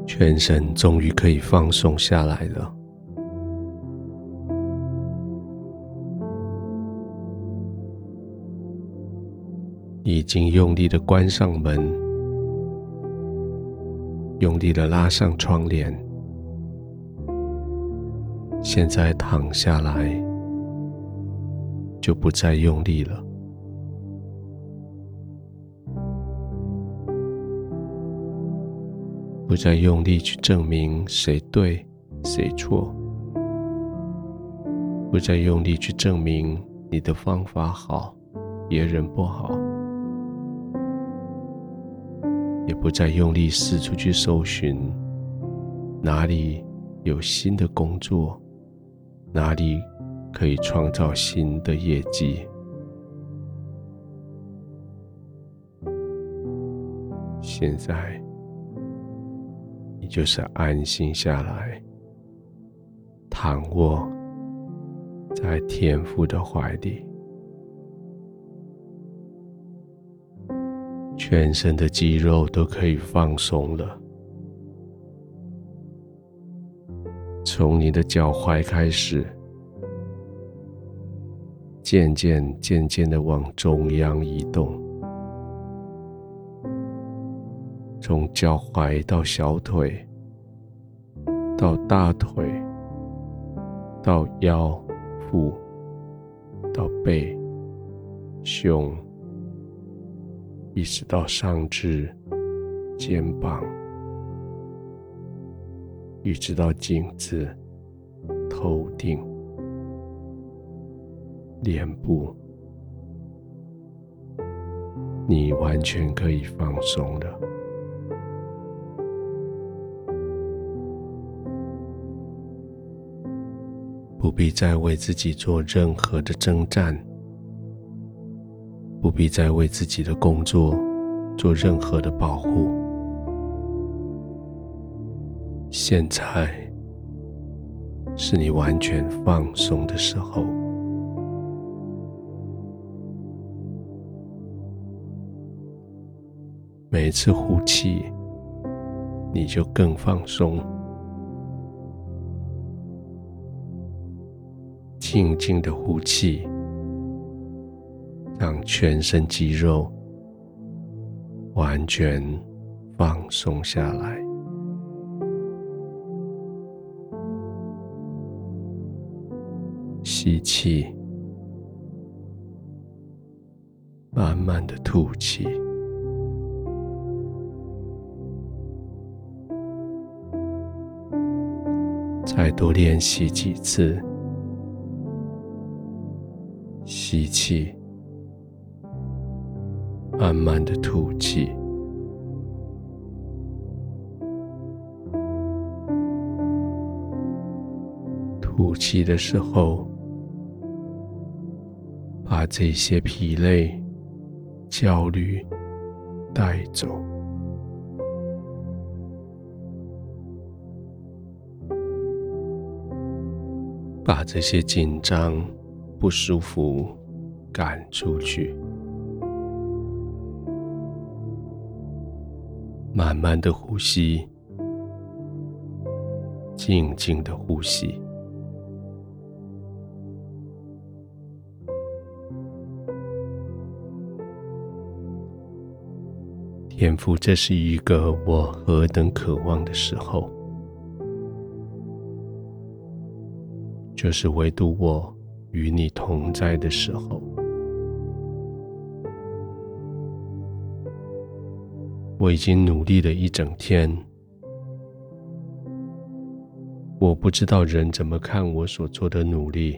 全身终于可以放松下来了。已经用力的关上门，用力的拉上窗帘，现在躺下来，就不再用力了。不再用力去证明谁对谁错，不再用力去证明你的方法好，别人不好，也不再用力四处去搜寻哪里有新的工作，哪里可以创造新的业绩。现在你就是安心下来，躺卧在天父的怀里，全身的肌肉都可以放松了，从你的脚踝开始，渐渐地往中央移动，从脚踝到小腿，到大腿，到腰腹，到背胸，一直到上肢肩膀，一直到颈子头顶脸部，你完全可以放松了。不必再为自己做任何的征战，不必再为自己的工作做任何的保护。现在是你完全放松的时候。每一次呼气，你就更放松，静静的呼气，让全身肌肉完全放松下来。吸气，慢慢的吐气。再多练习几次。吸气，慢慢的吐气。吐气的时候，把这些疲累、焦虑带走。把这些紧张、不舒服赶出去。慢慢的呼吸，静静的呼吸。天父，这是一个我何等渴望的时候，就是唯独我与你同在的时候。我已经努力了一整天，我不知道人怎么看我所做的努力，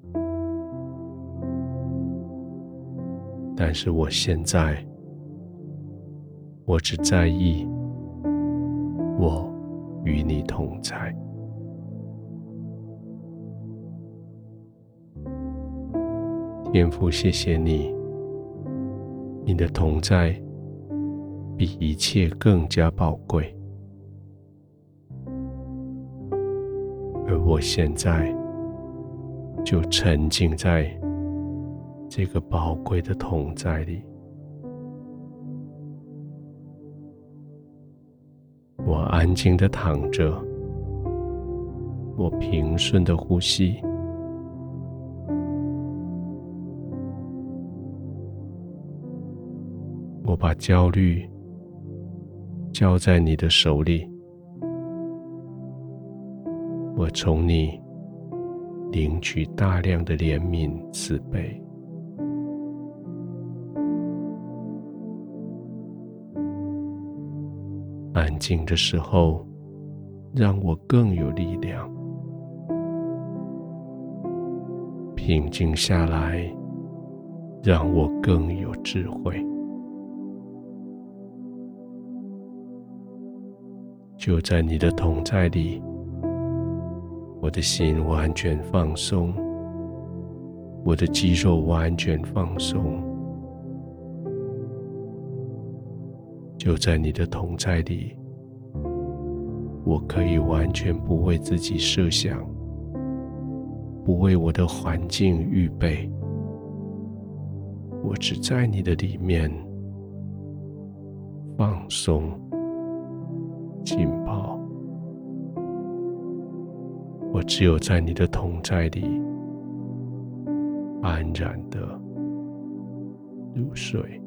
但是我现在，我只在意我与你同在。天父，谢谢你，你的同在比一切更加宝贵，而我现在就沉浸在这个宝贵的同在里。我安安静地躺着，我平顺地呼吸。我把焦虑交在你的手里，我从你领取大量的怜悯慈悲。安静的时候，让我更有力量；平静下来，让我更有智慧。就在你的同在里，我的心完全放松，我的肌肉完全放松。就在你的同在里，我可以完全不为自己设想，不为我的环境预备，我只在你的里面放松、浸泡。我只有在你的同在里安然地入睡。